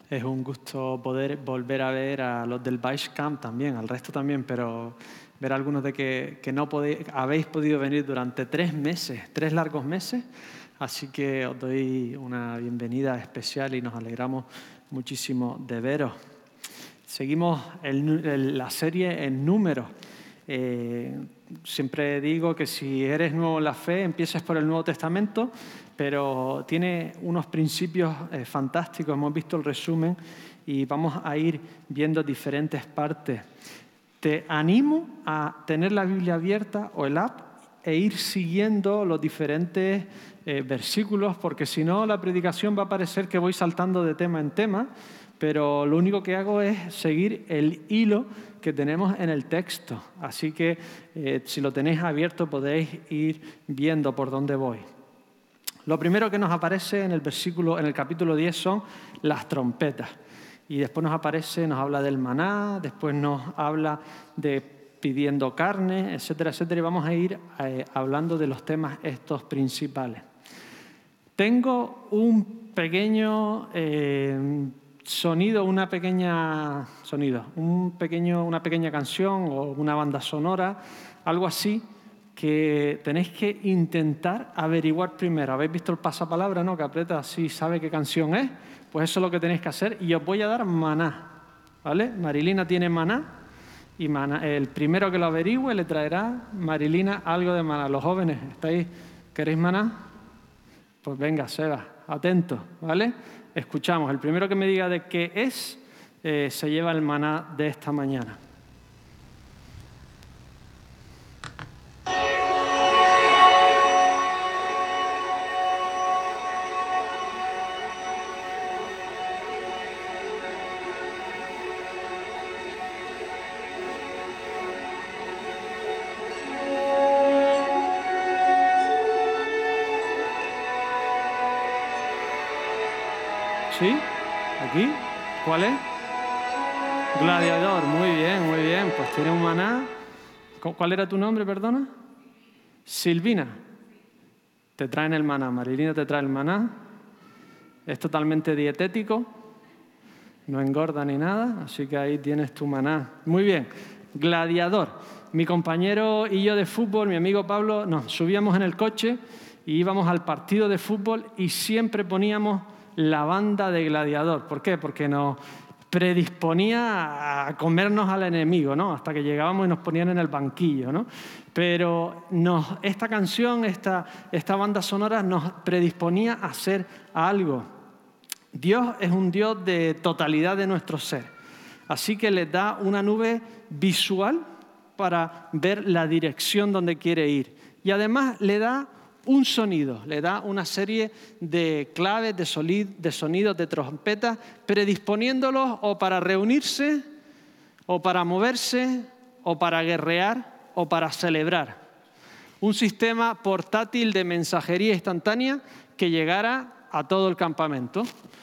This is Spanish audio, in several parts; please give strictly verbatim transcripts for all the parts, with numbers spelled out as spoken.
Es un gusto poder volver a ver a los del Basecamp también, al resto también, pero ver a algunos de que, que no podéis, habéis podido venir durante tres meses, tres largos meses. Así que os doy una bienvenida especial y nos alegramos muchísimo de veros. Seguimos el, el, la serie en números. Eh, siempre digo que si eres nuevo en la fe, empieces por el Nuevo Testamento, pero tiene unos principios eh, fantásticos. Hemos visto el resumen y vamos a ir viendo diferentes partes. Te animo a tener la Biblia abierta o el app e ir siguiendo los diferentes eh, versículos, porque si no la predicación va a parecer que voy saltando de tema en tema, pero lo único que hago es seguir el hilo que tenemos en el texto. Así que eh, si lo tenéis abierto podéis ir viendo por dónde voy. Lo primero que nos aparece en el versículo, en el capítulo diez son las trompetas. Y después nos aparece, nos habla del maná, después nos habla de pidiendo carne, etcétera, etcétera. Y vamos a ir eh, hablando de los temas estos principales. Tengo un pequeño eh, sonido, una pequeña sonido, un pequeño, una pequeña canción o una banda sonora, algo así, que tenéis que intentar averiguar primero. ¿Habéis visto el pasapalabra, no? Que aprieta así, sabe qué canción es. Pues eso es lo que tenéis que hacer y os voy a dar maná, ¿vale? Marilina tiene maná y maná, el primero que lo averigüe le traerá Marilina algo de maná. Los jóvenes, ¿estáis? ¿Queréis maná? Pues venga, Seba, atento, ¿vale? Escuchamos. El primero que me diga de qué es, eh, se lleva el maná de esta mañana. ¿Sí? ¿Aquí? ¿Cuál es? Gladiador. Muy bien, muy bien. Pues tiene un maná. ¿Cuál era tu nombre, perdona? Silvina. Te traen el maná. Marilina te trae el maná. Es totalmente dietético. No engorda ni nada. Así que ahí tienes tu maná. Muy bien. Gladiador. Mi compañero y yo de fútbol, mi amigo Pablo, nos subíamos en el coche y íbamos al partido de fútbol y siempre poníamos la banda de Gladiador. ¿Por qué? Porque nos predisponía a comernos al enemigo, ¿no? Hasta que llegábamos y nos ponían en el banquillo, ¿no? Pero nos, esta canción, esta, esta banda sonora nos predisponía a hacer algo. Dios es un Dios de totalidad de nuestro ser. Así que les da una nube visual para ver la dirección donde quiere ir. Y además le da un sonido, le da una serie de claves, de, solid, de sonidos, de trompetas, predisponiéndolos o para reunirse, o para moverse, o para guerrear, o para celebrar. Un sistema portátil de mensajería instantánea que llegara a todo el campamento.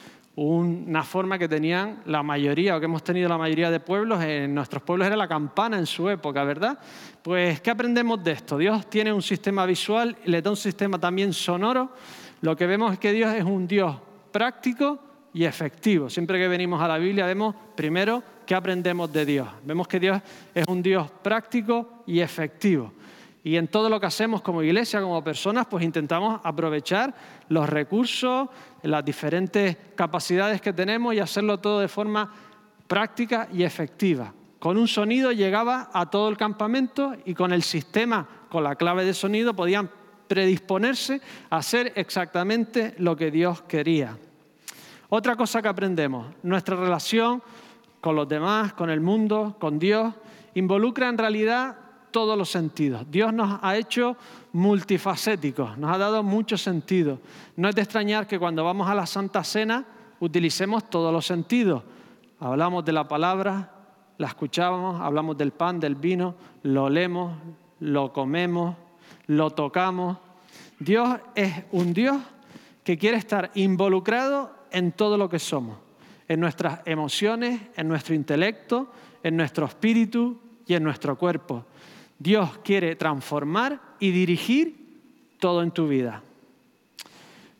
Una forma que tenían la mayoría, o que hemos tenido la mayoría de pueblos, en nuestros pueblos era la campana en su época, ¿verdad? Pues, ¿qué aprendemos de esto? Dios tiene un sistema visual y le da un sistema también sonoro. Lo que vemos es que Dios es un Dios práctico y efectivo. Siempre que venimos a la Biblia vemos, primero, ¿qué aprendemos de Dios? Vemos que Dios es un Dios práctico y efectivo. Y en todo lo que hacemos como iglesia, como personas, pues intentamos aprovechar los recursos, las diferentes capacidades que tenemos y hacerlo todo de forma práctica y efectiva. Con un sonido llegaba a todo el campamento y con el sistema, con la clave de sonido, podían predisponerse a hacer exactamente lo que Dios quería. Otra cosa que aprendemos, nuestra relación con los demás, con el mundo, con Dios, involucra en realidad todos los sentidos. Dios nos ha hecho multifacéticos, nos ha dado muchos sentidos. No es de extrañar que cuando vamos a la Santa Cena utilicemos todos los sentidos. Hablamos de la palabra, la escuchamos, hablamos del pan, del vino, lo olemos, lo comemos, lo tocamos. Dios es un Dios que quiere estar involucrado en todo lo que somos, en nuestras emociones, en nuestro intelecto, en nuestro espíritu y en nuestro cuerpo. Dios quiere transformar y dirigir todo en tu vida.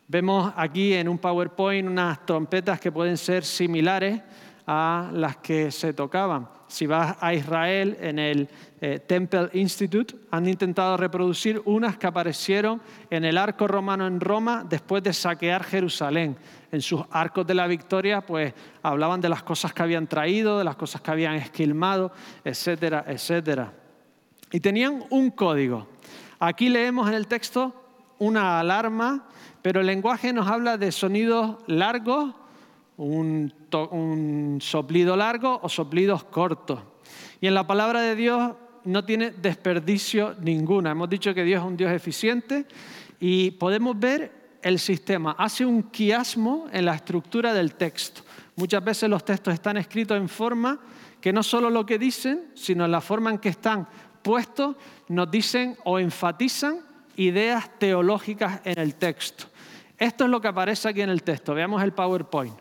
Vemos aquí en un PowerPoint unas trompetas que pueden ser similares a las que se tocaban. Si vas a Israel, en el eh, Temple Institute, han intentado reproducir unas que aparecieron en el arco romano en Roma después de saquear Jerusalén. En sus arcos de la victoria, pues hablaban de las cosas que habían traído, de las cosas que habían esquilmado, etcétera, etcétera. Y tenían un código. Aquí leemos en el texto una alarma, pero el lenguaje nos habla de sonidos largos, un, un soplido largo o soplidos cortos. Y en la palabra de Dios no tiene desperdicio ninguna. Hemos dicho que Dios es un Dios eficiente y podemos ver el sistema. Hace un quiasmo en la estructura del texto. Muchas veces los textos están escritos en forma que no solo lo que dicen, sino en la forma en que están puestos, nos dicen o enfatizan ideas teológicas en el texto. Esto es lo que aparece aquí en el texto. Veamos el PowerPoint.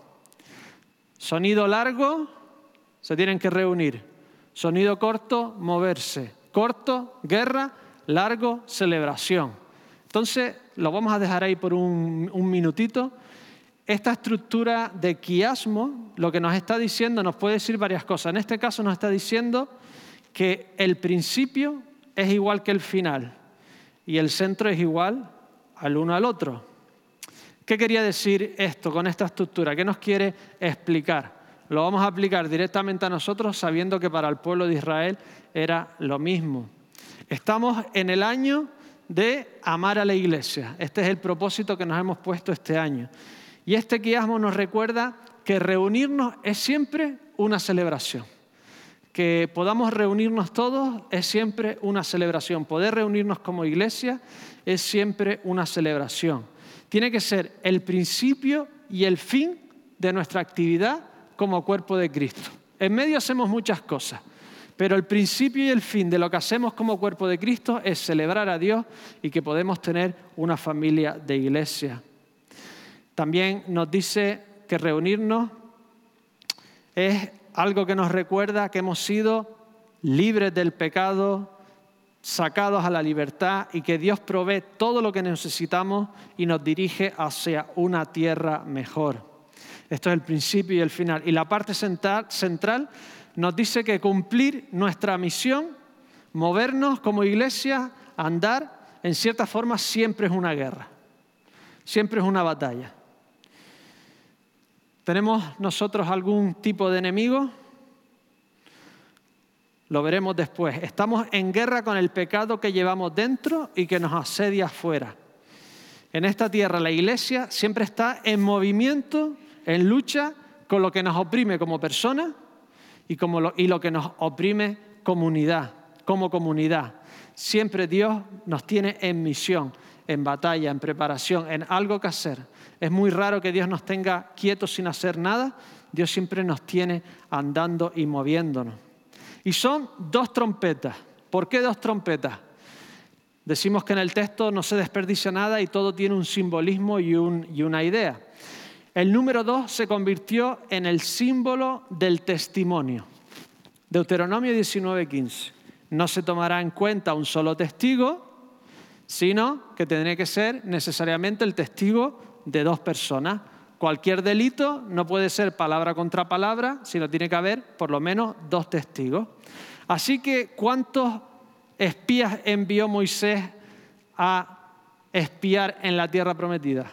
Sonido largo, se tienen que reunir. Sonido corto, moverse. Corto, guerra. Largo, celebración. Entonces, lo vamos a dejar ahí por un, un minutito. Esta estructura de quiasmo, lo que nos está diciendo, nos puede decir varias cosas. En este caso nos está diciendo que el principio es igual que el final y el centro es igual al uno al otro. ¿Qué quería decir esto con esta estructura? ¿Qué nos quiere explicar? Lo vamos a aplicar directamente a nosotros sabiendo que para el pueblo de Israel era lo mismo. Estamos en el año de amar a la iglesia. Este es el propósito que nos hemos puesto este año. Y este quiasmo nos recuerda que reunirnos es siempre una celebración. Que podamos reunirnos todos es siempre una celebración. Poder reunirnos como iglesia es siempre una celebración. Tiene que ser el principio y el fin de nuestra actividad como cuerpo de Cristo. En medio hacemos muchas cosas, pero el principio y el fin de lo que hacemos como cuerpo de Cristo es celebrar a Dios y que podemos tener una familia de iglesia. También nos dice que reunirnos es algo que nos recuerda que hemos sido libres del pecado, sacados a la libertad y que Dios provee todo lo que necesitamos y nos dirige hacia una tierra mejor. Esto es el principio y el final. Y la parte central, central nos dice que cumplir nuestra misión, movernos como iglesia, andar, en cierta forma siempre es una guerra, siempre es una batalla. ¿Tenemos nosotros algún tipo de enemigo? Lo veremos después. Estamos en guerra con el pecado que llevamos dentro y que nos asedia afuera. En esta tierra la iglesia siempre está en movimiento, en lucha con lo que nos oprime como personas y, como lo, y lo que nos oprime comunidad, como comunidad. Siempre Dios nos tiene en misión, en batalla, en preparación, en algo que hacer. Es muy raro que Dios nos tenga quietos sin hacer nada. Dios siempre nos tiene andando y moviéndonos. Y son dos trompetas. ¿Por qué dos trompetas? Decimos que en el texto no se desperdicia nada y todo tiene un simbolismo y, un, y una idea. El número dos se convirtió en el símbolo del testimonio. Deuteronomio diecinueve quince. No se tomará en cuenta un solo testigo, sino que tendrá que ser necesariamente el testigo de dos personas. Cualquier delito no puede ser palabra contra palabra, sino tiene que haber por lo menos dos testigos. Así que, ¿cuántos espías envió Moisés a espiar en la tierra prometida?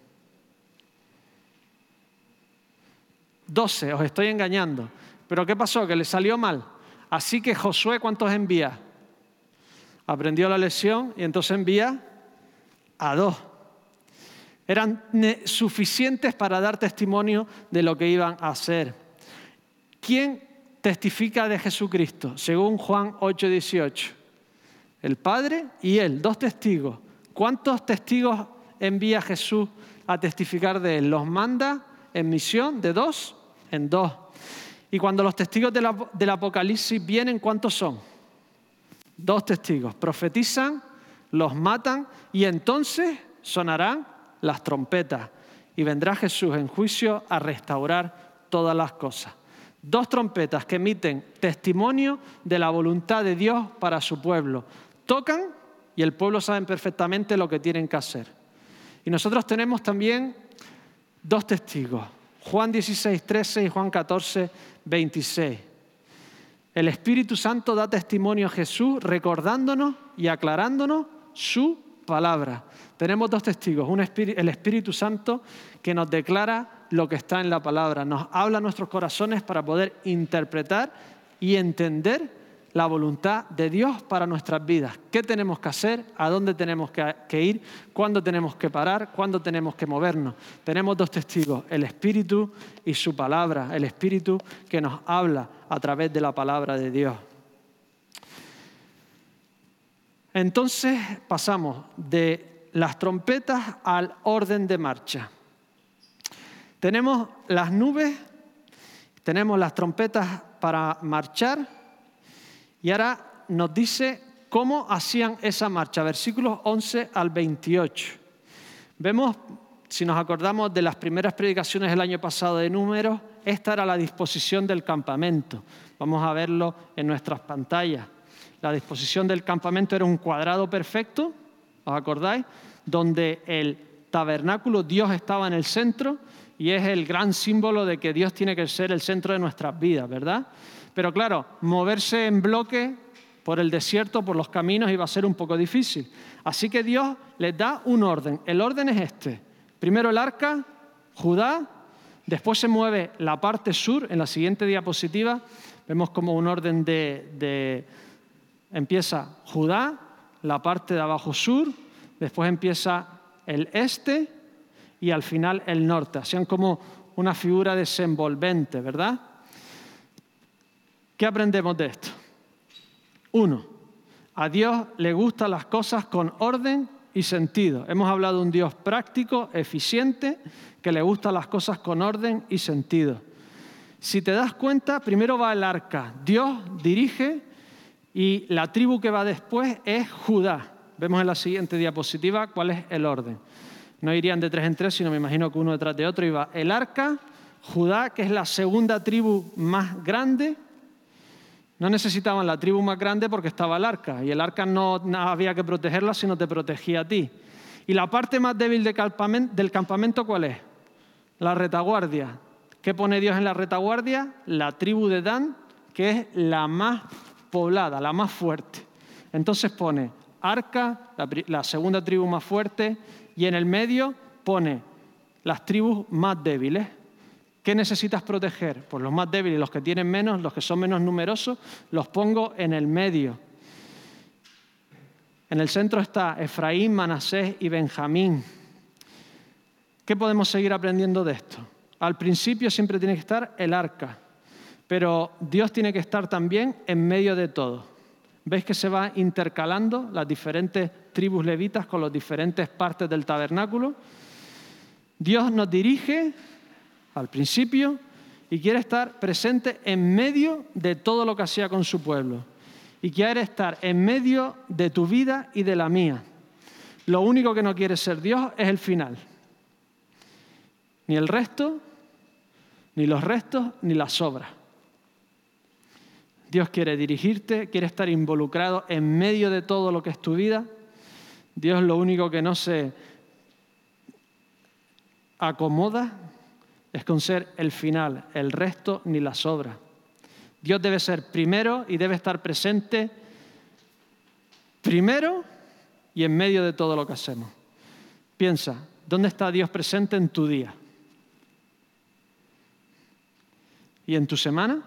Doce, os estoy engañando. ¿Pero qué pasó? Que le salió mal. Así que Josué, ¿cuántos envía? Aprendió la lección y entonces envía a dos. Eran suficientes para dar testimonio de lo que iban a hacer. ¿Quién testifica de Jesucristo? Según Juan ocho dieciocho. El Padre y Él, dos testigos. ¿Cuántos testigos envía Jesús a testificar de Él? ¿Los manda en misión de dos? En dos. Y cuando los testigos de la, del Apocalipsis vienen, ¿cuántos son? Dos testigos. Profetizan, los matan y entonces sonarán las trompetas y vendrá Jesús en juicio a restaurar todas las cosas. Dos trompetas que emiten testimonio de la voluntad de Dios para su pueblo. Tocan y el pueblo sabe perfectamente lo que tienen que hacer. Y nosotros tenemos también dos testigos, Juan dieciséis, trece y Juan catorce, veintiséis. El Espíritu Santo da testimonio a Jesús recordándonos y aclarándonos su palabra. Tenemos dos testigos, un espíritu, el Espíritu Santo que nos declara lo que está en la palabra, nos habla a nuestros corazones para poder interpretar y entender la voluntad de Dios para nuestras vidas. ¿Qué tenemos que hacer? ¿A dónde tenemos que, que ir? ¿Cuándo tenemos que parar? ¿Cuándo tenemos que movernos? Tenemos dos testigos, el Espíritu y su palabra, el Espíritu que nos habla a través de la palabra de Dios. Entonces pasamos de las trompetas al orden de marcha. Tenemos las nubes, tenemos las trompetas para marchar y ahora nos dice cómo hacían esa marcha, versículos once al veintiocho. Vemos, si nos acordamos de las primeras predicaciones del año pasado de Números, esta era la disposición del campamento. Vamos a verlo en nuestras pantallas. La disposición del campamento era un cuadrado perfecto, ¿os acordáis? Donde el tabernáculo, Dios estaba en el centro y es el gran símbolo de que Dios tiene que ser el centro de nuestras vidas, ¿verdad? Pero claro, moverse en bloque por el desierto, por los caminos, iba a ser un poco difícil. Así que Dios les da un orden. El orden es este. Primero el arca, Judá, después se mueve la parte sur. En la siguiente diapositiva vemos como un orden de... de empieza Judá, la parte de abajo sur, después empieza el este y al final el norte. Hacían como una figura desenvolvente, ¿verdad? ¿Qué aprendemos de esto? Uno, a Dios le gustan las cosas con orden y sentido. Hemos hablado de un Dios práctico, eficiente, que le gustan las cosas con orden y sentido. Si te das cuenta, primero va el arca. Dios dirige y la tribu que va después es Judá. Vemos en la siguiente diapositiva cuál es el orden. No irían de tres en tres, sino me imagino que uno detrás de otro iba el arca, Judá, que es la segunda tribu más grande. No necesitaban la tribu más grande porque estaba el arca, y el arca no, no había que protegerla, sino te protegía a ti. Y la parte más débil del campamento, del campamento, ¿cuál es? La retaguardia. ¿Qué pone Dios en la retaguardia? La tribu de Dan, que es la más poblada, la más fuerte. Entonces pone arca, la, la segunda tribu más fuerte, y en el medio pone las tribus más débiles. ¿Qué necesitas proteger? Pues los más débiles, los que tienen menos, los que son menos numerosos, los pongo en el medio. En el centro está Efraín, Manasés y Benjamín. ¿Qué podemos seguir aprendiendo de esto? Al principio siempre tiene que estar el arca, pero Dios tiene que estar también en medio de todo. ¿Veis que se va intercalando las diferentes tribus levitas con las diferentes partes del tabernáculo? Dios nos dirige al principio y quiere estar presente en medio de todo lo que hacía con su pueblo. Y quiere estar en medio de tu vida y de la mía. Lo único que no quiere ser Dios es el final. Ni el resto, ni los restos, ni las sobras. Dios quiere dirigirte, quiere estar involucrado en medio de todo lo que es tu vida. Dios lo único que no se acomoda es con ser el final, el resto ni la sobra. Dios debe ser primero y debe estar presente primero y en medio de todo lo que hacemos. Piensa, ¿dónde está Dios presente en tu día? ¿Y en tu semana?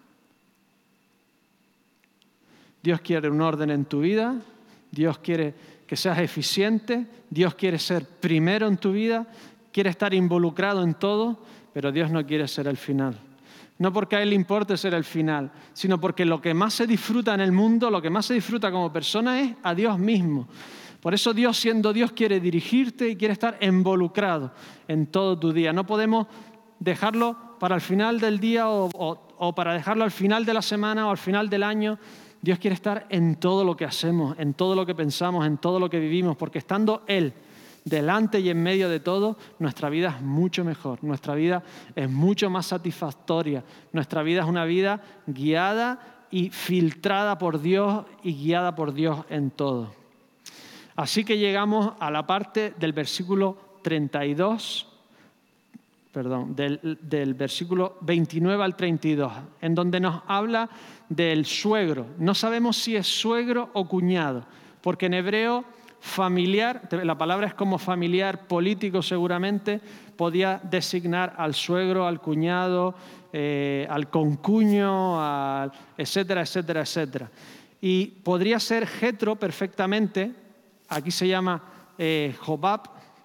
Dios quiere un orden en tu vida, Dios quiere que seas eficiente, Dios quiere ser primero en tu vida, quiere estar involucrado en todo, pero Dios no quiere ser el final. No porque a Él le importe ser el final, sino porque lo que más se disfruta en el mundo, lo que más se disfruta como persona es a Dios mismo. Por eso Dios, siendo Dios, quiere dirigirte y quiere estar involucrado en todo tu día. No podemos dejarlo para el final del día o, o, o para dejarlo al final de la semana o al final del año. Dios quiere estar en todo lo que hacemos, en todo lo que pensamos, en todo lo que vivimos, porque estando Él delante y en medio de todo, nuestra vida es mucho mejor, nuestra vida es mucho más satisfactoria, nuestra vida es una vida guiada y filtrada por Dios y guiada por Dios en todo. Así que llegamos a la parte del versículo treinta y dos, perdón, del, del versículo veintinueve al treinta y dos, en donde nos habla del suegro. No sabemos si es suegro o cuñado, porque en hebreo familiar, la palabra es como familiar político seguramente, podía designar al suegro, al cuñado, eh, al concuño, al, etcétera, etcétera, etcétera. Y podría ser Jetro perfectamente, aquí se llama eh, Jobab,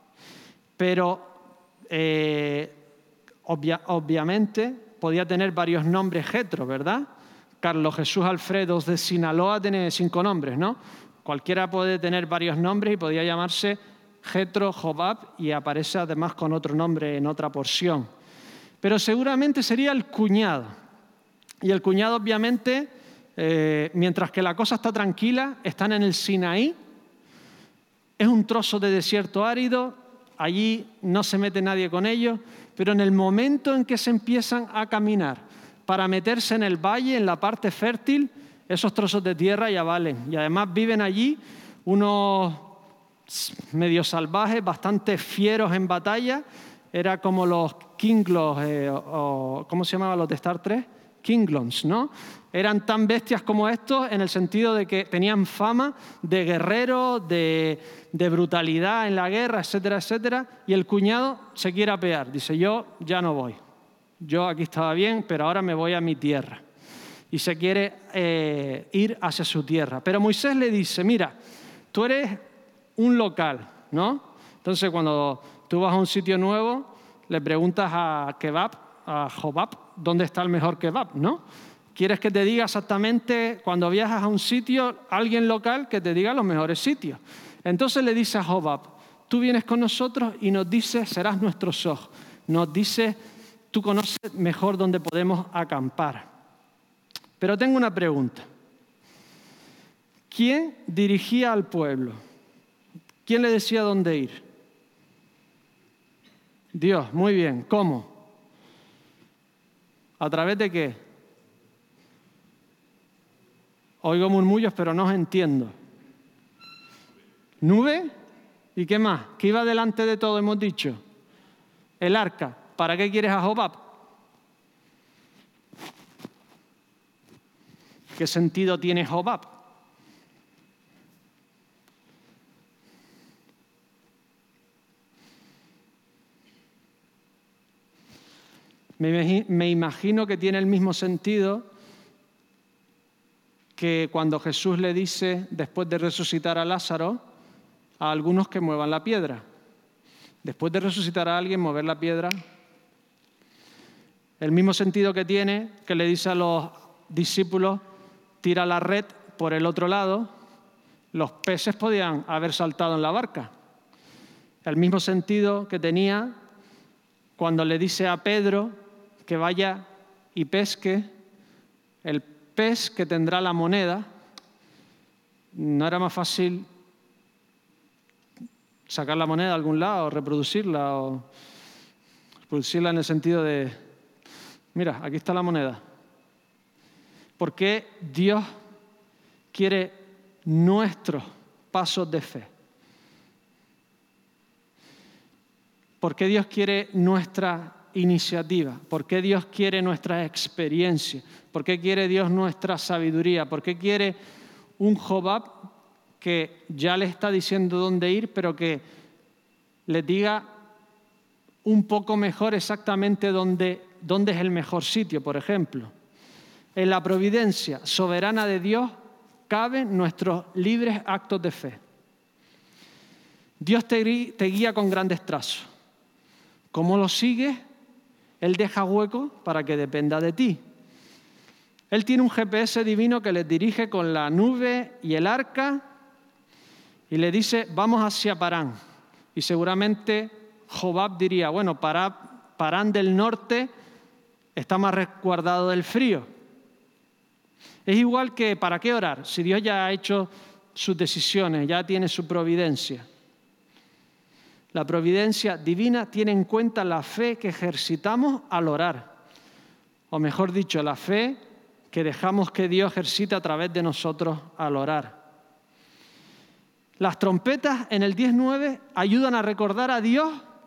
pero eh, obvia, obviamente podía tener varios nombres Jetro, ¿verdad? Carlos Jesús Alfredo de Sinaloa tiene cinco nombres, ¿no? Cualquiera puede tener varios nombres y podía llamarse Jetro, Jobab, y aparece además con otro nombre en otra porción. Pero seguramente sería el cuñado. Y el cuñado, obviamente, eh, mientras que la cosa está tranquila, están en el Sinaí. Es un trozo de desierto árido, allí no se mete nadie con ellos, pero en el momento en que se empiezan a caminar para meterse en el valle, en la parte fértil, esos trozos de tierra ya valen. Y además viven allí unos medio salvajes, bastante fieros en batalla. Era como los Kinglos, eh, o ¿cómo se llamaban los de Star Trek? Kinglons, ¿no? Eran tan bestias como estos en el sentido de que tenían fama de guerreros, de, de brutalidad en la guerra, etcétera, etcétera. Y el cuñado se quiere apear. Dice, yo ya no voy. Yo aquí estaba bien, pero ahora me voy a mi tierra. Y se quiere eh, ir hacia su tierra. Pero Moisés le dice, mira, tú eres un local, ¿no? Entonces, cuando tú vas a un sitio nuevo, le preguntas a Kebab, a Jobab, ¿dónde está el mejor kebab, no? ¿Quieres que te diga exactamente, cuando viajas a un sitio, alguien local que te diga los mejores sitios? Entonces le dice a Jobab, tú vienes con nosotros y nos dices, serás nuestro soj. Nos dice, tú conoces mejor dónde podemos acampar. Pero tengo una pregunta. ¿Quién dirigía al pueblo? ¿Quién le decía dónde ir? Dios, muy bien. ¿Cómo? ¿A través de qué? Oigo murmullos, pero no os entiendo. ¿Nube? ¿Y qué más? ¿Qué iba delante de todo, hemos dicho? El arca. ¿Para qué quieres a Jobab? ¿Qué sentido tiene Jobab? Me imagino que tiene el mismo sentido que cuando Jesús le dice, después de resucitar a Lázaro, a algunos que muevan la piedra. Después de resucitar a alguien, mover la piedra. El mismo sentido que tiene que le dice a los discípulos, tira la red por el otro lado, los peces podían haber saltado en la barca. El mismo sentido que tenía cuando le dice a Pedro que vaya y pesque, el pez que tendrá la moneda. ¿No era más fácil sacar la moneda a algún lado, o reproducirla, o reproducirla en el sentido de, mira, aquí está la moneda? ¿Por qué Dios quiere nuestros pasos de fe? ¿Por qué Dios quiere nuestra iniciativa? ¿Por qué Dios quiere nuestra experiencia? ¿Por qué quiere Dios nuestra sabiduría? ¿Por qué quiere un Jobab que ya le está diciendo dónde ir, pero que le diga un poco mejor exactamente dónde, dónde es el mejor sitio, por ejemplo? En la providencia soberana de Dios caben nuestros libres actos de fe. Dios te, te guía con grandes trazos. ¿Cómo lo sigues? Él deja hueco para que dependa de ti. Él tiene un G P S divino que les dirige con la nube y el arca y le dice, vamos hacia Parán. Y seguramente Jobab diría, bueno, Parán del norte está más resguardado del frío. Es igual que, ¿para qué orar? Si Dios ya ha hecho sus decisiones, ya tiene su providencia. La providencia divina tiene en cuenta la fe que ejercitamos al orar. O mejor dicho, la fe que dejamos que Dios ejercite a través de nosotros al orar. Las trompetas en el diez nueve ayudan a recordar a Dios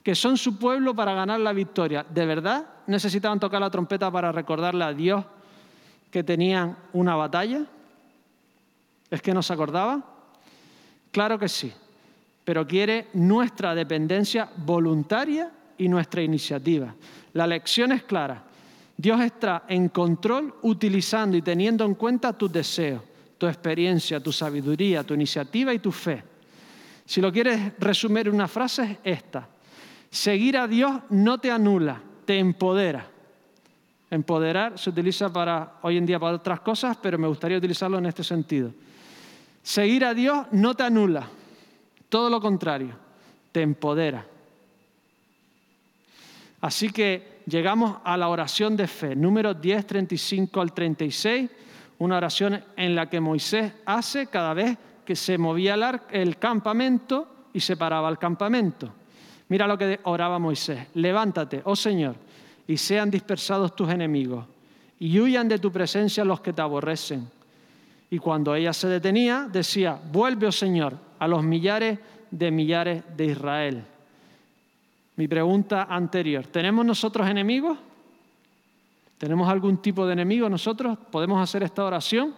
que son su pueblo para ganar la victoria. ¿De verdad necesitaban tocar la trompeta para recordarle a Dios que tenían una batalla? ¿Es que no se acordaba? Claro que sí, pero quiere nuestra dependencia voluntaria y nuestra iniciativa. La lección es clara. Dios está en control utilizando y teniendo en cuenta tus deseos, tu experiencia, tu sabiduría, tu iniciativa y tu fe. Si lo quieres resumir en una frase, es esta. Seguir a Dios no te anula, te empodera. Empoderar se utiliza para, hoy en día para otras cosas, pero me gustaría utilizarlo en este sentido. Seguir a Dios no te anula, todo lo contrario, te empodera. Así que llegamos a la oración de fe, número diez, treinta y cinco al treinta y seis, una oración en la que Moisés hace cada vez que se movía el campamento y se paraba el campamento. Mira lo que oraba Moisés. Levántate, oh Señor, y sean dispersados tus enemigos, y huyan de tu presencia los que te aborrecen. Y cuando ella se detenía, decía, vuelve, oh Señor, a los millares de millares de Israel. Mi pregunta anterior, ¿tenemos nosotros enemigos? ¿Tenemos algún tipo de enemigo nosotros? ¿Podemos hacer esta oración?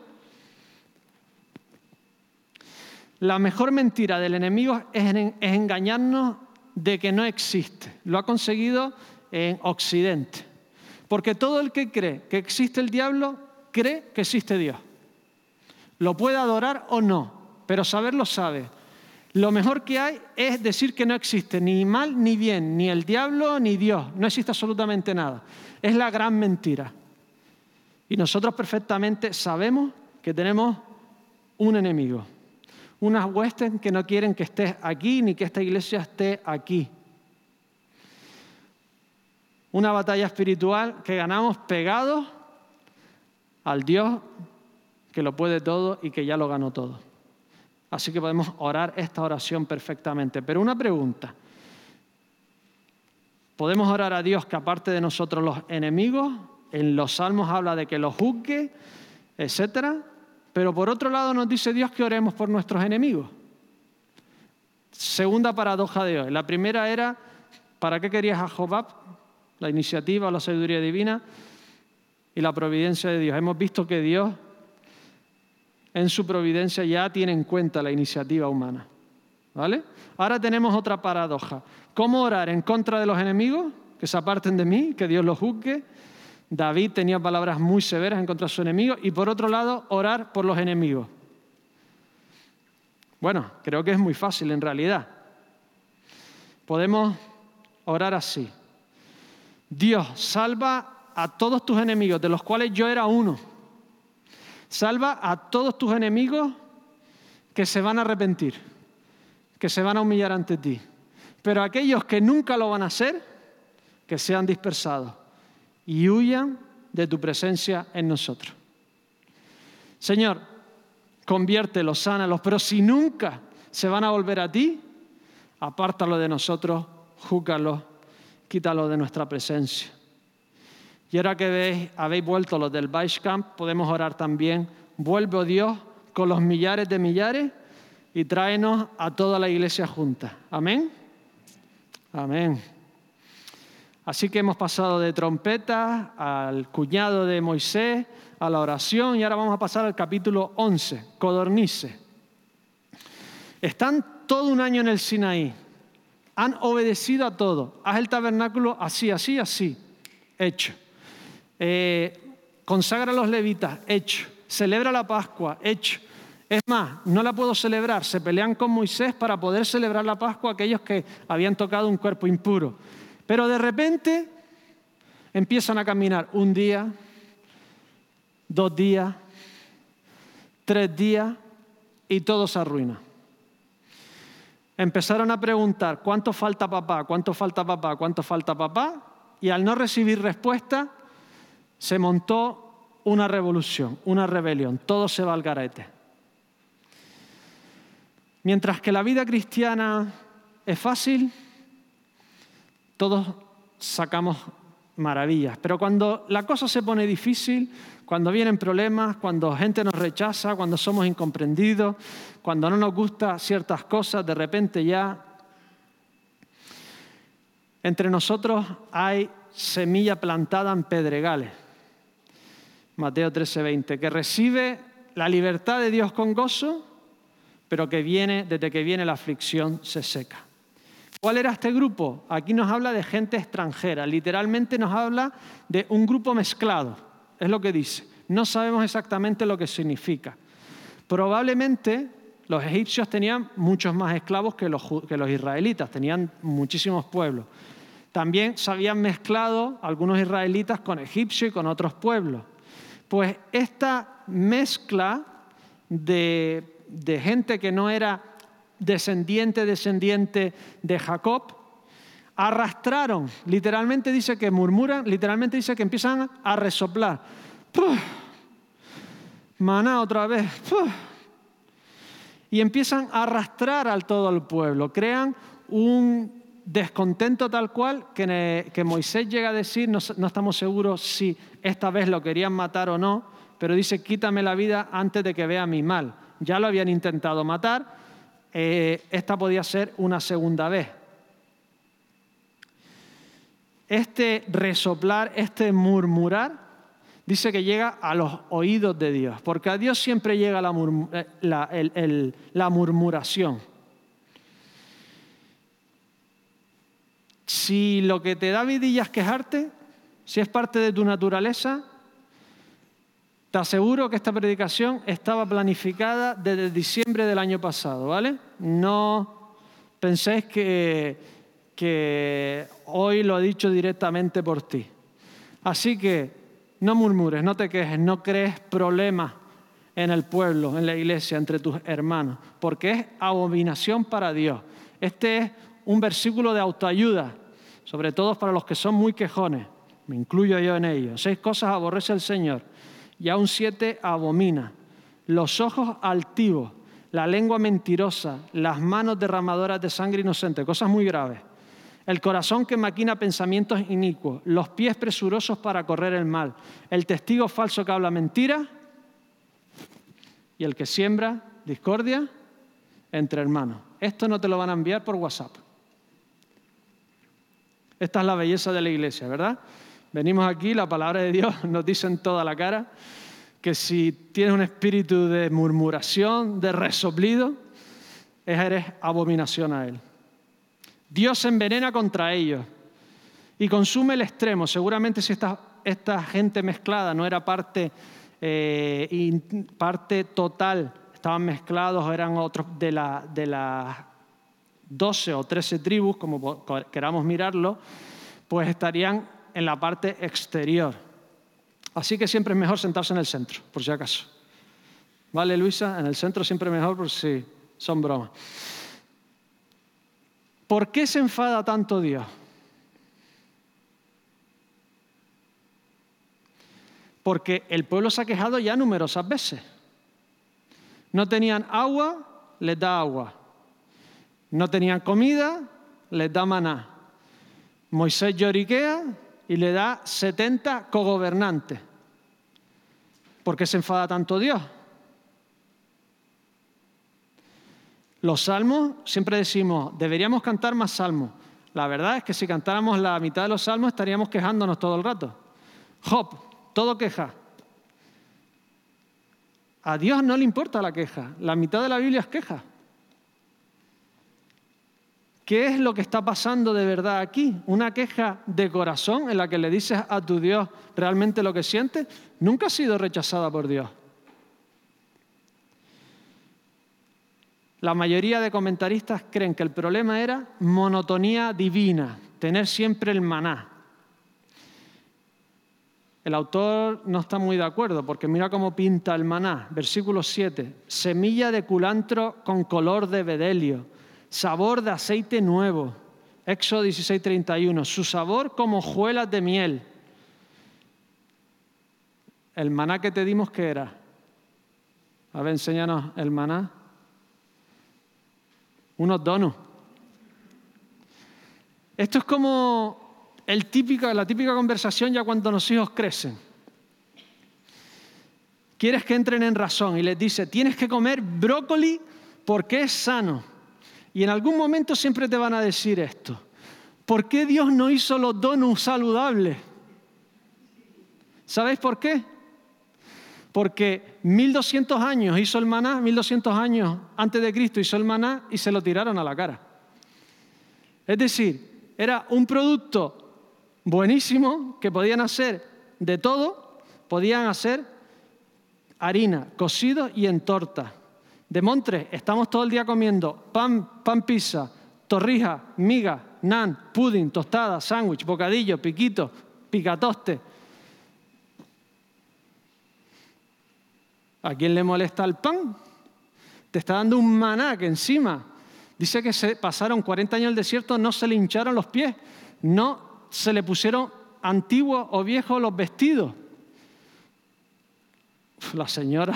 La mejor mentira del enemigo es, es engañarnos de que no existe. Lo ha conseguido en Occidente. Porque todo el que cree que existe el diablo, cree que existe Dios. Lo puede adorar o no, pero saberlo sabe. Lo mejor que hay es decir que no existe ni mal ni bien, ni el diablo ni Dios. No existe absolutamente nada. Es la gran mentira. Y nosotros perfectamente sabemos que tenemos un enemigo. Unas huestes que no quieren que estés aquí ni que esta iglesia esté aquí. Una batalla espiritual que ganamos pegados al Dios que lo puede todo y que ya lo ganó todo. Así que podemos orar esta oración perfectamente. Pero una pregunta. ¿Podemos orar a Dios que aparte de nosotros los enemigos? En los salmos habla de que los juzgue, etcétera. Pero por otro lado nos dice Dios que oremos por nuestros enemigos. Segunda paradoja de hoy. La primera era, ¿para qué querías a Jobab? La iniciativa, la sabiduría divina y la providencia de Dios. Hemos visto que Dios en su providencia ya tiene en cuenta la iniciativa humana. ¿Vale? Ahora tenemos otra paradoja. ¿Cómo orar en contra de los enemigos? Que se aparten de mí, que Dios los juzgue. David tenía palabras muy severas en contra de sus enemigos. Y por otro lado, orar por los enemigos. Bueno, creo que es muy fácil en realidad. Podemos orar así. Dios, salva a todos tus enemigos, de los cuales yo era uno. Salva a todos tus enemigos que se van a arrepentir, que se van a humillar ante ti. Pero aquellos que nunca lo van a hacer, que sean dispersados y huyan de tu presencia en nosotros. Señor, conviértelos, sánalos, pero si nunca se van a volver a ti, apártalo de nosotros, júzgalos, quítalo de nuestra presencia. Y ahora que veis, habéis vuelto los del Basecamp, podemos orar también. Vuelve, oh Dios, con los millares de millares y tráenos a toda la iglesia junta. Amén. Amén. Así que hemos pasado de trompeta al cuñado de Moisés, a la oración, y ahora vamos a pasar al capítulo once, codornices. Están todo un año en el Sinaí. Han obedecido a todo. Haz el tabernáculo así, así, así. Hecho. Eh, consagra a los levitas. Hecho. Celebra la Pascua. Hecho. Es más, no la puedo celebrar. Se pelean con Moisés para poder celebrar la Pascua aquellos que habían tocado un cuerpo impuro. Pero de repente empiezan a caminar un día, dos días, tres días y todo se arruina. Empezaron a preguntar, ¿cuánto falta papá? ¿Cuánto falta papá? ¿Cuánto falta papá? Y al no recibir respuesta, se montó una revolución, una rebelión. Todo se va al garete. Mientras que la vida cristiana es fácil, todos sacamos maravillas. Pero cuando la cosa se pone difícil, cuando vienen problemas, cuando gente nos rechaza, cuando somos incomprendidos, cuando no nos gustan ciertas cosas, de repente ya Entre nosotros hay semilla plantada en pedregales. Mateo trece, veinte, que recibe la libertad de Dios con gozo, pero que viene, desde que viene la aflicción se seca. ¿Cuál era este grupo? Aquí nos habla de gente extranjera, literalmente nos habla de un grupo mezclado, es lo que dice. No sabemos exactamente lo que significa. Probablemente los egipcios tenían muchos más esclavos que los, que los israelitas, tenían muchísimos pueblos. También se habían mezclado algunos israelitas con egipcios y con otros pueblos. Pues esta mezcla de, de gente que no era descendiente, descendiente de Jacob, arrastraron, literalmente dice que murmuran, literalmente dice que empiezan a resoplar. ¡Puf! Maná otra vez. ¡Puf! Y empiezan a arrastrar al todo el pueblo. Crean un descontento tal cual que, que Moisés llega a decir, no, no estamos seguros si esta vez lo querían matar o no, pero dice, quítame la vida antes de que vea mi mal. Ya lo habían intentado matar, eh, esta podía ser una segunda vez. Este resoplar, este murmurar, dice que llega a los oídos de Dios, porque a Dios siempre llega la, murmur, la, el, el, la murmuración. Si lo que te da vidilla es quejarte, si es parte de tu naturaleza, te aseguro que esta predicación estaba planificada desde diciembre del año pasado, ¿vale? No penséis que, que hoy lo he dicho directamente por ti. Así que no murmures, no te quejes, no crees problemas en el pueblo, en la iglesia, entre tus hermanos, porque es abominación para Dios. Este es un versículo de autoayuda, sobre todo para los que son muy quejones, me incluyo yo en ello. Seis cosas aborrece el Señor, y aún siete abomina: los ojos altivos, la lengua mentirosa, las manos derramadoras de sangre inocente, cosas muy graves, el corazón que maquina pensamientos inicuos, los pies presurosos para correr el mal, el testigo falso que habla mentira y el que siembra discordia entre hermanos. Esto no te lo van a enviar por WhatsApp. Esta es la belleza de la iglesia, ¿verdad? Venimos aquí, la palabra de Dios nos dice en toda la cara que si tienes un espíritu de murmuración, de resoplido, eres abominación a Él. Dios se envenena contra ellos y consume el extremo. Seguramente si esta, esta gente mezclada no era parte, eh, y parte total, estaban mezclados, eran otros de la, de las doce o trece tribus, como queramos mirarlo, pues estarían en la parte exterior. Así que siempre es mejor sentarse en el centro, por si acaso. ¿Vale, Luisa? En el centro siempre es mejor por si son bromas. ¿Por qué se enfada tanto Dios? Porque el pueblo se ha quejado ya numerosas veces. No tenían agua, les da agua. No tenían comida, les da maná. Moisés lloriquea y le da setenta cogobernantes. ¿Por qué se enfada tanto Dios? Los salmos, siempre decimos, deberíamos cantar más salmos. La verdad es que si cantáramos la mitad de los salmos estaríamos quejándonos todo el rato. Job, todo queja. A Dios no le importa la queja. La mitad de la Biblia es queja. ¿Qué es lo que está pasando de verdad aquí? ¿Una queja de corazón en la que le dices a tu Dios realmente lo que sientes? Nunca ha sido rechazada por Dios. La mayoría de comentaristas creen que el problema era monotonía divina, tener siempre el maná. El autor no está muy de acuerdo porque mira cómo pinta el maná. Versículo siete. Semilla de culantro con color de bedelio, sabor de aceite nuevo. Éxodo dieciséis, treinta y uno. Su sabor como hojuelas de miel. El maná que te dimos, ¿qué era? A ver, enséñanos el maná. Unos donuts. Esto es como el típico, la típica conversación ya cuando los hijos crecen. Quieres que entren en razón y les dice, tienes que comer brócoli porque es sano. Y en algún momento siempre te van a decir esto. ¿Por qué Dios no hizo los donuts saludables? ¿Sabéis por qué? Porque mil doscientos años hizo el maná, mil doscientos años antes de Cristo hizo el maná y se lo tiraron a la cara. Es decir, era un producto buenísimo que podían hacer de todo, podían hacer harina, cocido y en torta. De Montres, estamos todo el día comiendo pan, pan pizza, torrija, miga, nan, pudding, tostada, sándwich, bocadillo, piquito, picatoste. ¿A quién le molesta el pan? Te está dando un maná que encima dice que se pasaron cuarenta años en el desierto, no se le hincharon los pies, no se le pusieron antiguos o viejos los vestidos. La señora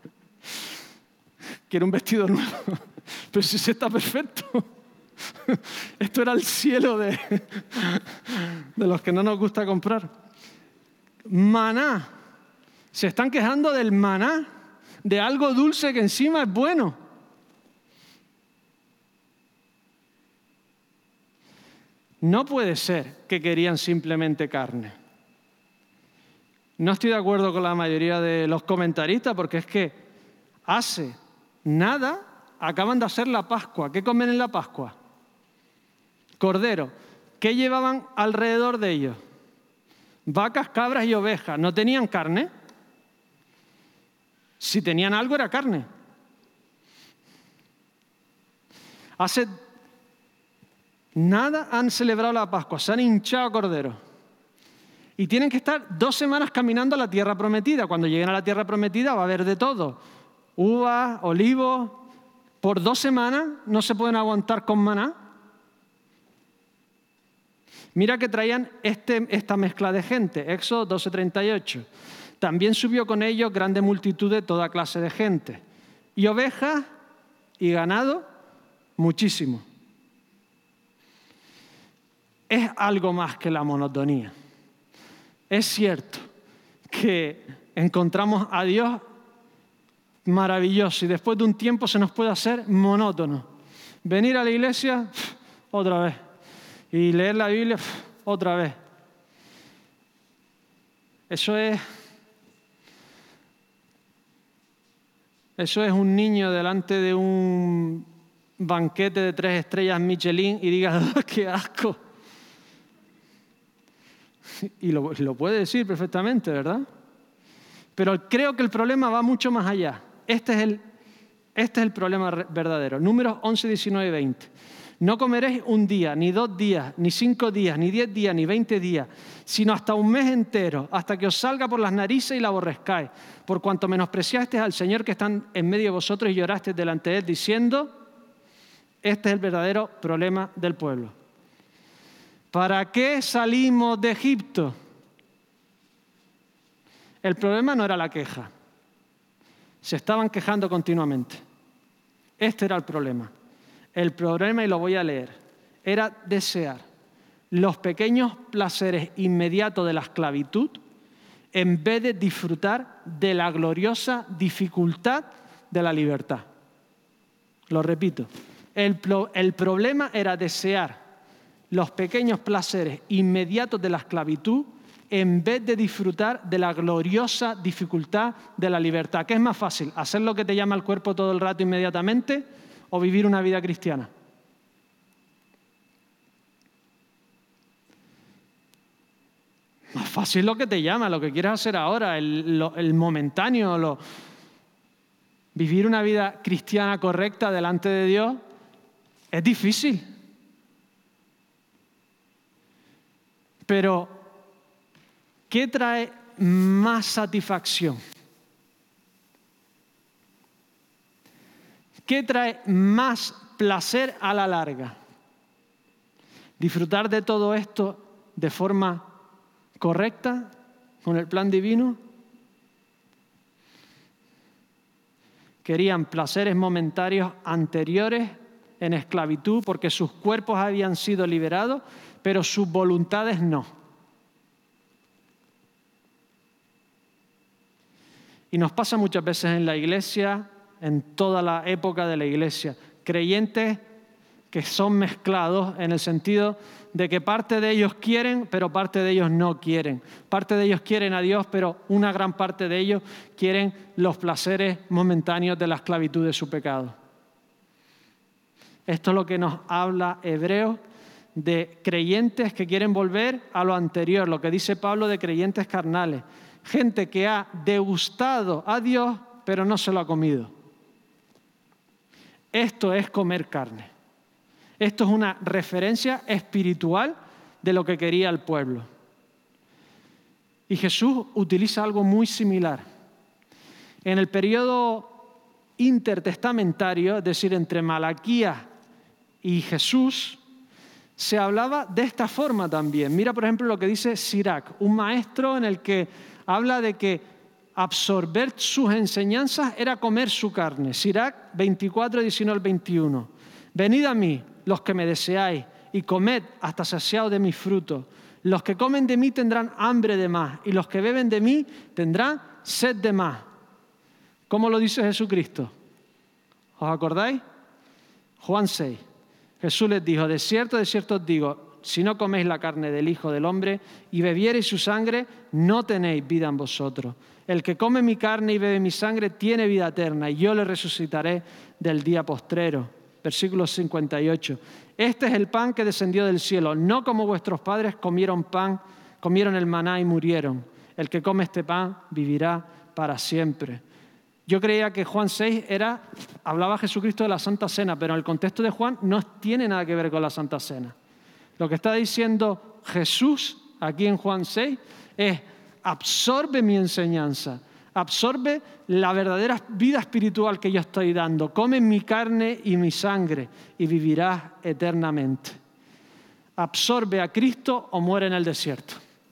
quiere un vestido nuevo, pero si se está perfecto. Esto era el cielo de, de los que no nos gusta comprar. Maná. Se están quejando del maná, de algo dulce que encima es bueno. No puede ser que querían simplemente carne. No estoy de acuerdo con la mayoría de los comentaristas porque es que hace nada acaban de hacer la Pascua. ¿Qué comen en la Pascua? Cordero. ¿Qué llevaban alrededor de ellos? Vacas, cabras y ovejas. ¿No tenían carne? Si tenían algo era carne. Hace nada han celebrado la Pascua, se han hinchado corderos. Y tienen que estar dos semanas caminando a la tierra prometida. Cuando lleguen a la tierra prometida va a haber de todo. Uvas, olivos. Por dos semanas no se pueden aguantar con maná. Mira que traían este, esta mezcla de gente. Éxodo doce treinta y ocho. También subió con ellos grande multitud de toda clase de gente. Y ovejas y ganado, muchísimo. Es algo más que la monotonía. Es cierto que encontramos a Dios maravilloso y después de un tiempo se nos puede hacer monótono. Venir a la iglesia, otra vez. Y leer la Biblia, otra vez. Eso es... Eso es un niño delante de un banquete de tres estrellas Michelin y diga, oh, ¡qué asco! Y lo, lo puede decir perfectamente, ¿verdad? Pero creo que el problema va mucho más allá. Este es el, este es el problema verdadero. Números once, diecinueve y veinte. No comeréis un día, ni dos días, ni cinco días, ni diez días, ni veinte días, sino hasta un mes entero, hasta que os salga por las narices y la aborrezcáis, por cuanto menospreciasteis al Señor que está en medio de vosotros y llorasteis delante de Él, diciendo, este es el verdadero problema del pueblo. ¿Para qué salimos de Egipto? El problema no era la queja. Se estaban quejando continuamente. Este era el problema. El problema, y lo voy a leer, era desear los pequeños placeres inmediatos de la esclavitud en vez de disfrutar de la gloriosa dificultad de la libertad. Lo repito, el, el problema era desear los pequeños placeres inmediatos de la esclavitud en vez de disfrutar de la gloriosa dificultad de la libertad. ¿Qué es más fácil? ¿Hacer lo que te llama el cuerpo todo el rato inmediatamente o vivir una vida cristiana? Más fácil lo que te llama, lo que quieres hacer ahora, el, lo, el momentáneo. Lo... Vivir una vida cristiana correcta delante de Dios es difícil. Pero, ¿qué trae más satisfacción? ¿Qué trae más placer a la larga? ¿Disfrutar de todo esto de forma correcta, con el plan divino? Querían placeres momentáneos anteriores en esclavitud porque sus cuerpos habían sido liberados, pero sus voluntades no. Y nos pasa muchas veces en la iglesia, en toda la época de la iglesia. Creyentes que son mezclados en el sentido de que parte de ellos quieren, pero parte de ellos no quieren. Parte de ellos quieren a Dios, pero una gran parte de ellos quieren los placeres momentáneos de la esclavitud de su pecado. Esto es lo que nos habla Hebreos, de creyentes que quieren volver a lo anterior, lo que dice Pablo de creyentes carnales. Gente que ha degustado a Dios, pero no se lo ha comido. Esto es comer carne. Esto es una referencia espiritual de lo que quería el pueblo. Y Jesús utiliza algo muy similar. En el periodo intertestamentario, es decir, entre Malaquías y Jesús, se hablaba de esta forma también. Mira, por ejemplo, lo que dice Sirac, un maestro en el que habla de que absorber sus enseñanzas era comer su carne. Sirac veinticuatro, diecinueve al veintiuno. Venid a mí, los que me deseáis, y comed hasta saciados de mis frutos. Los que comen de mí tendrán hambre de más, y los que beben de mí tendrán sed de más. ¿Cómo lo dice Jesucristo? ¿Os acordáis? Juan seis. Jesús les dijo, de cierto, de cierto os digo, si no coméis la carne del Hijo del Hombre y bebiereis su sangre, no tenéis vida en vosotros. El que come mi carne y bebe mi sangre tiene vida eterna, y yo le resucitaré del día postrero. Versículo cincuenta y ocho. Este es el pan que descendió del cielo, no como vuestros padres comieron pan, comieron el maná y murieron. El que come este pan vivirá para siempre. Yo creía que Juan seis era, hablaba Jesucristo de la Santa Cena, pero en el contexto de Juan no tiene nada que ver con la Santa Cena. Lo que está diciendo Jesús aquí en Juan seis es, absorbe mi enseñanza, absorbe la verdadera vida espiritual que yo estoy dando, come mi carne y mi sangre y vivirás eternamente. Absorbe a Cristo o muere en el desierto.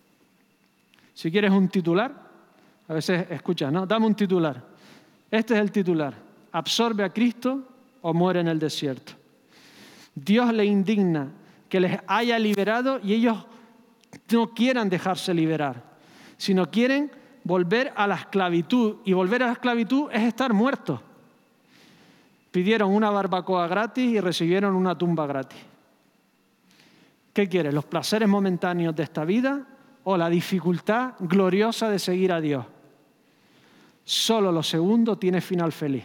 Si quieres un titular, a veces escuchas, ¿no? Dame un titular. Este es el titular. Absorbe a Cristo o muere en el desierto. Dios le indigna que les haya liberado y ellos no quieran dejarse liberar, sino quieren volver a la esclavitud. Y volver a la esclavitud es estar muertos. Pidieron una barbacoa gratis y recibieron una tumba gratis. ¿Qué quieres? ¿Los placeres momentáneos de esta vida o la dificultad gloriosa de seguir a Dios? Solo lo segundo tiene final feliz.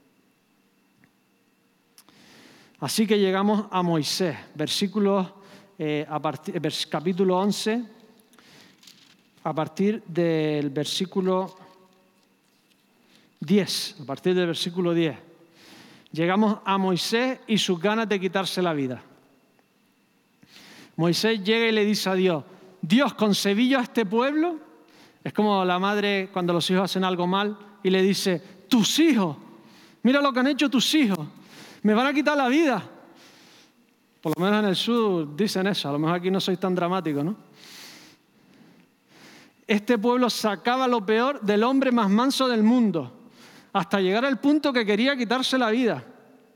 Así que llegamos a Moisés, versículos, eh, a partir, vers, capítulo once, a partir del versículo diez. A partir del versículo diez. Llegamos a Moisés y sus ganas de quitarse la vida. Moisés llega y le dice a Dios, Dios, concebí yo a este pueblo. Es como la madre cuando los hijos hacen algo mal y le dice, tus hijos, mira lo que han hecho tus hijos, me van a quitar la vida. Por lo menos en el sur dicen eso, a lo mejor aquí no soy tan dramático, ¿no? Este pueblo sacaba lo peor del hombre más manso del mundo, hasta llegar al punto que quería quitarse la vida.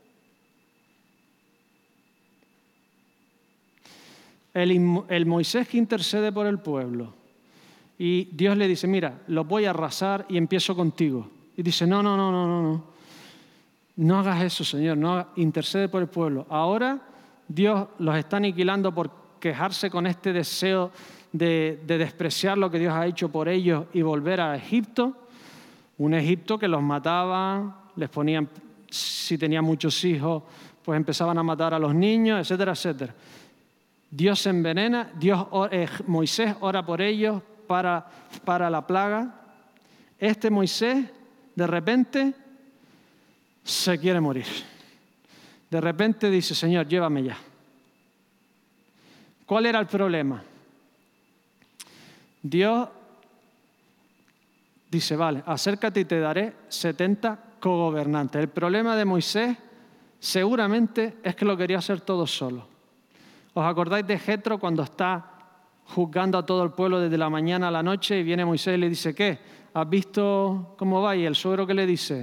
El, el Moisés que intercede por el pueblo. Y Dios le dice, mira, los voy a arrasar y empiezo contigo. Y dice, no, no, no, no, no, no. No hagas eso, Señor, no hagas, intercede por el pueblo. Ahora Dios los está aniquilando por quejarse con este deseo de, de despreciar lo que Dios ha hecho por ellos y volver a Egipto. Un Egipto que los mataba, les ponían, si tenían muchos hijos, pues empezaban a matar a los niños, etcétera, etcétera. Dios se envenena, Dios, eh, Moisés ora por ellos, Para, para la plaga. Este Moisés de repente se quiere morir. De repente dice, Señor, llévame ya. ¿Cuál era el problema? Dios dice, vale, acércate y te daré setenta cogobernantes. El problema de Moisés seguramente es que lo quería hacer todo solo. ¿Os acordáis de Jetro cuando está juzgando a todo el pueblo desde la mañana a la noche y viene Moisés y le dice, ¿qué? ¿Has visto cómo va? Y el suegro, ¿qué le dice?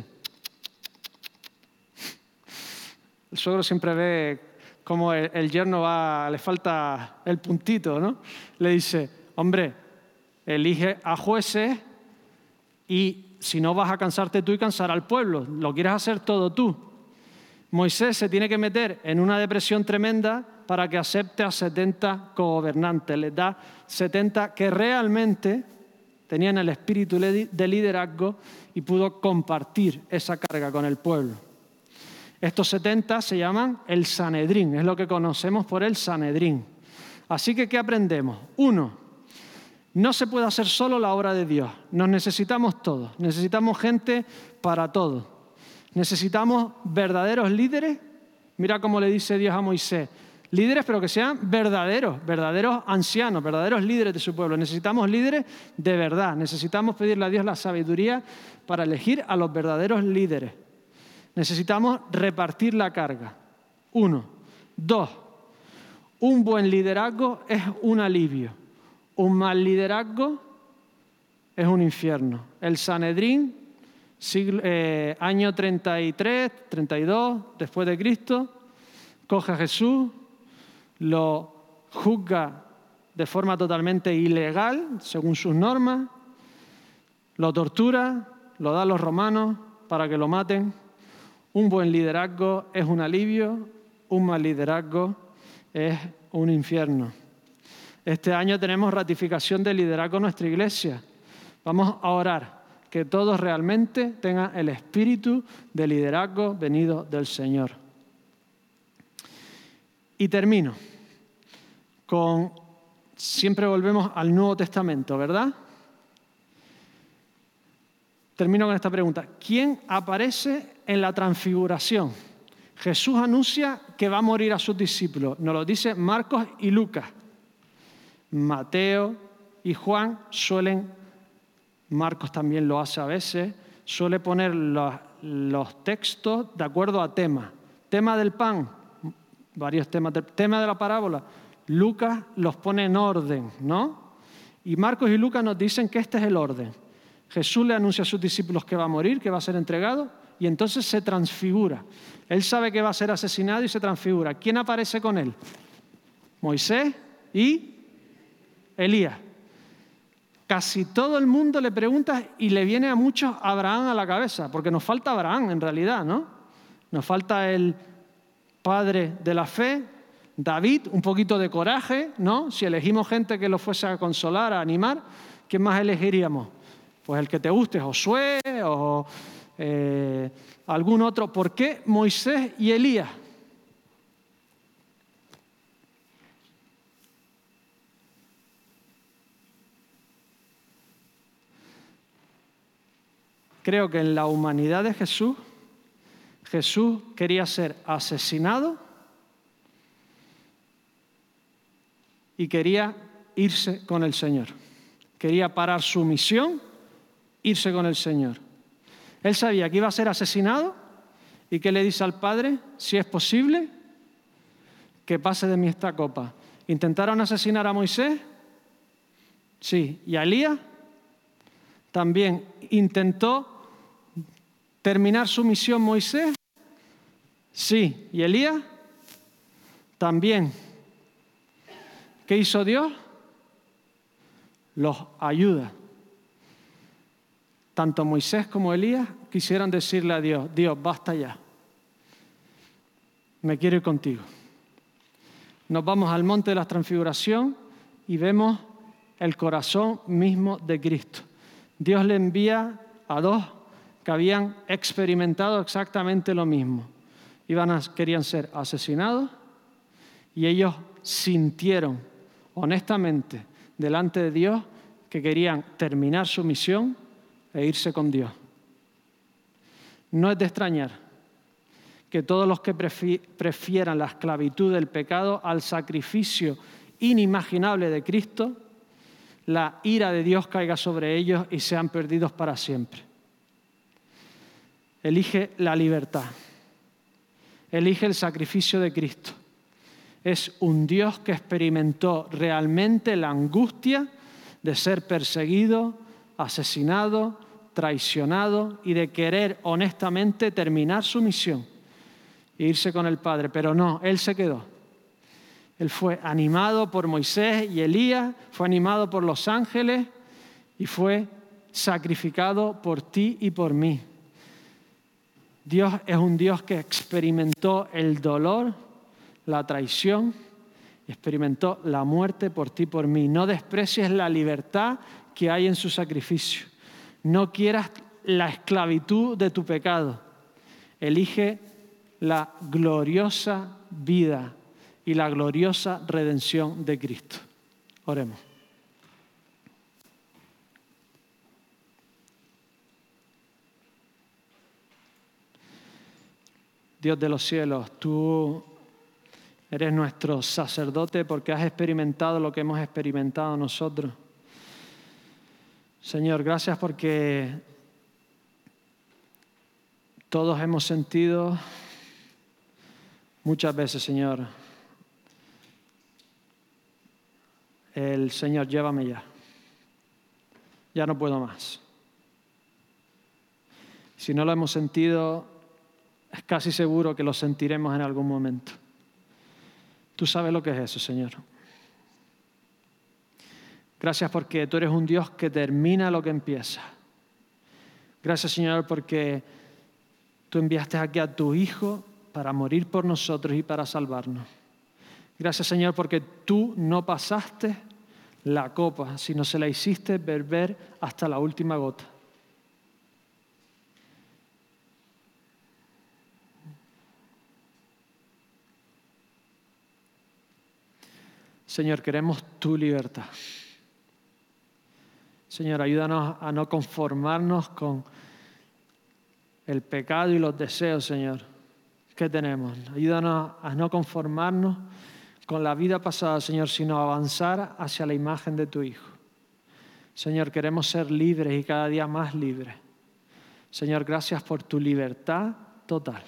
El suegro siempre ve cómo el, el yerno va, le falta el puntito, ¿no? Le dice, hombre, elige a jueces y si no vas a cansarte tú y cansar al pueblo, lo quieres hacer todo tú. Moisés se tiene que meter en una depresión tremenda para que acepte a setenta cogobernantes. Les da setenta que realmente tenían el espíritu de liderazgo y pudo compartir esa carga con el pueblo. Estos setenta se llaman el Sanedrín, es lo que conocemos por el Sanedrín. Así que, ¿qué aprendemos? Uno, no se puede hacer solo la obra de Dios. Nos necesitamos todos. Necesitamos gente para todo. Necesitamos verdaderos líderes. Mira cómo le dice Dios a Moisés. Líderes, pero que sean verdaderos, verdaderos ancianos, verdaderos líderes de su pueblo. Necesitamos líderes de verdad. Necesitamos pedirle a Dios la sabiduría para elegir a los verdaderos líderes. Necesitamos repartir la carga. Uno. Dos. Un buen liderazgo es un alivio. Un mal liderazgo es un infierno. El Sanedrín, siglo, eh, año treinta y tres, treinta y dos, después de Cristo, coge a Jesús, lo juzga de forma totalmente ilegal, según sus normas, lo tortura, lo da a los romanos para que lo maten. Un buen liderazgo es un alivio, un mal liderazgo es un infierno. Este año tenemos ratificación de liderazgo en nuestra iglesia. Vamos a orar que todos realmente tengan el espíritu de liderazgo venido del Señor. Y termino con, siempre volvemos al Nuevo Testamento, ¿verdad? Termino con esta pregunta. ¿Quién aparece en la transfiguración? Jesús anuncia que va a morir a sus discípulos. Nos lo dice Marcos y Lucas. Mateo y Juan suelen, Marcos también lo hace a veces, suele poner los, los textos de acuerdo a tema. Tema del pan, varios temas. Tema de la parábola, Lucas los pone en orden, ¿no? Y Marcos y Lucas nos dicen que este es el orden. Jesús le anuncia a sus discípulos que va a morir, que va a ser entregado, y entonces se transfigura. Él sabe que va a ser asesinado y se transfigura. ¿Quién aparece con él? Moisés y Elías. Casi todo el mundo le pregunta y le viene a muchos Abraham a la cabeza, porque nos falta Abraham en realidad, ¿no? Nos falta el padre de la fe, David, un poquito de coraje, ¿no? Si elegimos gente que lo fuese a consolar, a animar, ¿quién más elegiríamos? Pues el que te guste, Josué o eh, algún otro. ¿Por qué Moisés y Elías? Creo que en la humanidad de Jesús, Jesús quería ser asesinado y quería irse con el Señor. Quería parar su misión, irse con el Señor. Él sabía que iba a ser asesinado y que le dice al Padre, si es posible, que pase de mí esta copa. ¿Intentaron asesinar a Moisés? Sí. ¿Y a Elías? También. ¿Intentó terminar su misión Moisés? Sí. ¿Y Elías? También. ¿Qué hizo Dios? Los ayuda. Tanto Moisés como Elías quisieran decirle a Dios, Dios, basta ya. Me quiero ir contigo. Nos vamos al monte de la transfiguración y vemos el corazón mismo de Cristo. Dios le envía a dos que habían experimentado exactamente lo mismo. Iban a, querían ser asesinados y ellos sintieron honestamente delante de Dios que querían terminar su misión e irse con Dios. No es de extrañar que todos los que prefieran la esclavitud del pecado al sacrificio inimaginable de Cristo, la ira de Dios caiga sobre ellos y sean perdidos para siempre. Elige la libertad. Elige el sacrificio de Cristo. Es un Dios que experimentó realmente la angustia de ser perseguido, asesinado, traicionado y de querer honestamente terminar su misión e irse con el Padre. Pero no, Él se quedó. Él fue animado por Moisés y Elías, fue animado por los ángeles y fue sacrificado por ti y por mí. Dios es un Dios que experimentó el dolor, la traición, experimentó la muerte por ti y por mí. No desprecies la libertad que hay en su sacrificio. No quieras la esclavitud de tu pecado. Elige la gloriosa vida y la gloriosa redención de Cristo. Oremos. Dios de los cielos, tú eres nuestro sacerdote porque has experimentado lo que hemos experimentado nosotros. Señor, gracias porque todos hemos sentido muchas veces, Señor, el Señor, llévame ya. Ya no puedo más. Si no lo hemos sentido, es casi seguro que lo sentiremos en algún momento. Tú sabes lo que es eso, Señor. Gracias porque tú eres un Dios que termina lo que empieza. Gracias, Señor, porque tú enviaste aquí a tu Hijo para morir por nosotros y para salvarnos. Gracias, Señor, porque tú no pasaste la copa, sino se la hiciste beber hasta la última gota. Señor, queremos tu libertad. Señor, ayúdanos a no conformarnos con el pecado y los deseos, Señor, que tenemos. Ayúdanos a no conformarnos con la vida pasada, Señor, sino avanzar hacia la imagen de tu Hijo. Señor, queremos ser libres y cada día más libres. Señor, gracias por tu libertad total.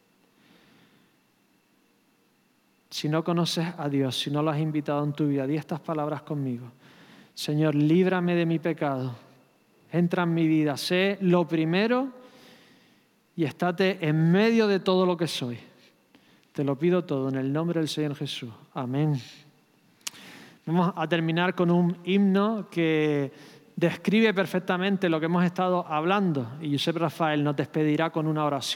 Si no conoces a Dios, si no lo has invitado en tu vida, di estas palabras conmigo. Señor, líbrame de mi pecado. Entra en mi vida. Sé lo primero y estate en medio de todo lo que soy. Te lo pido todo en el nombre del Señor Jesús. Amén. Vamos a terminar con un himno que describe perfectamente lo que hemos estado hablando. Y Josep Rafael nos despedirá con una oración.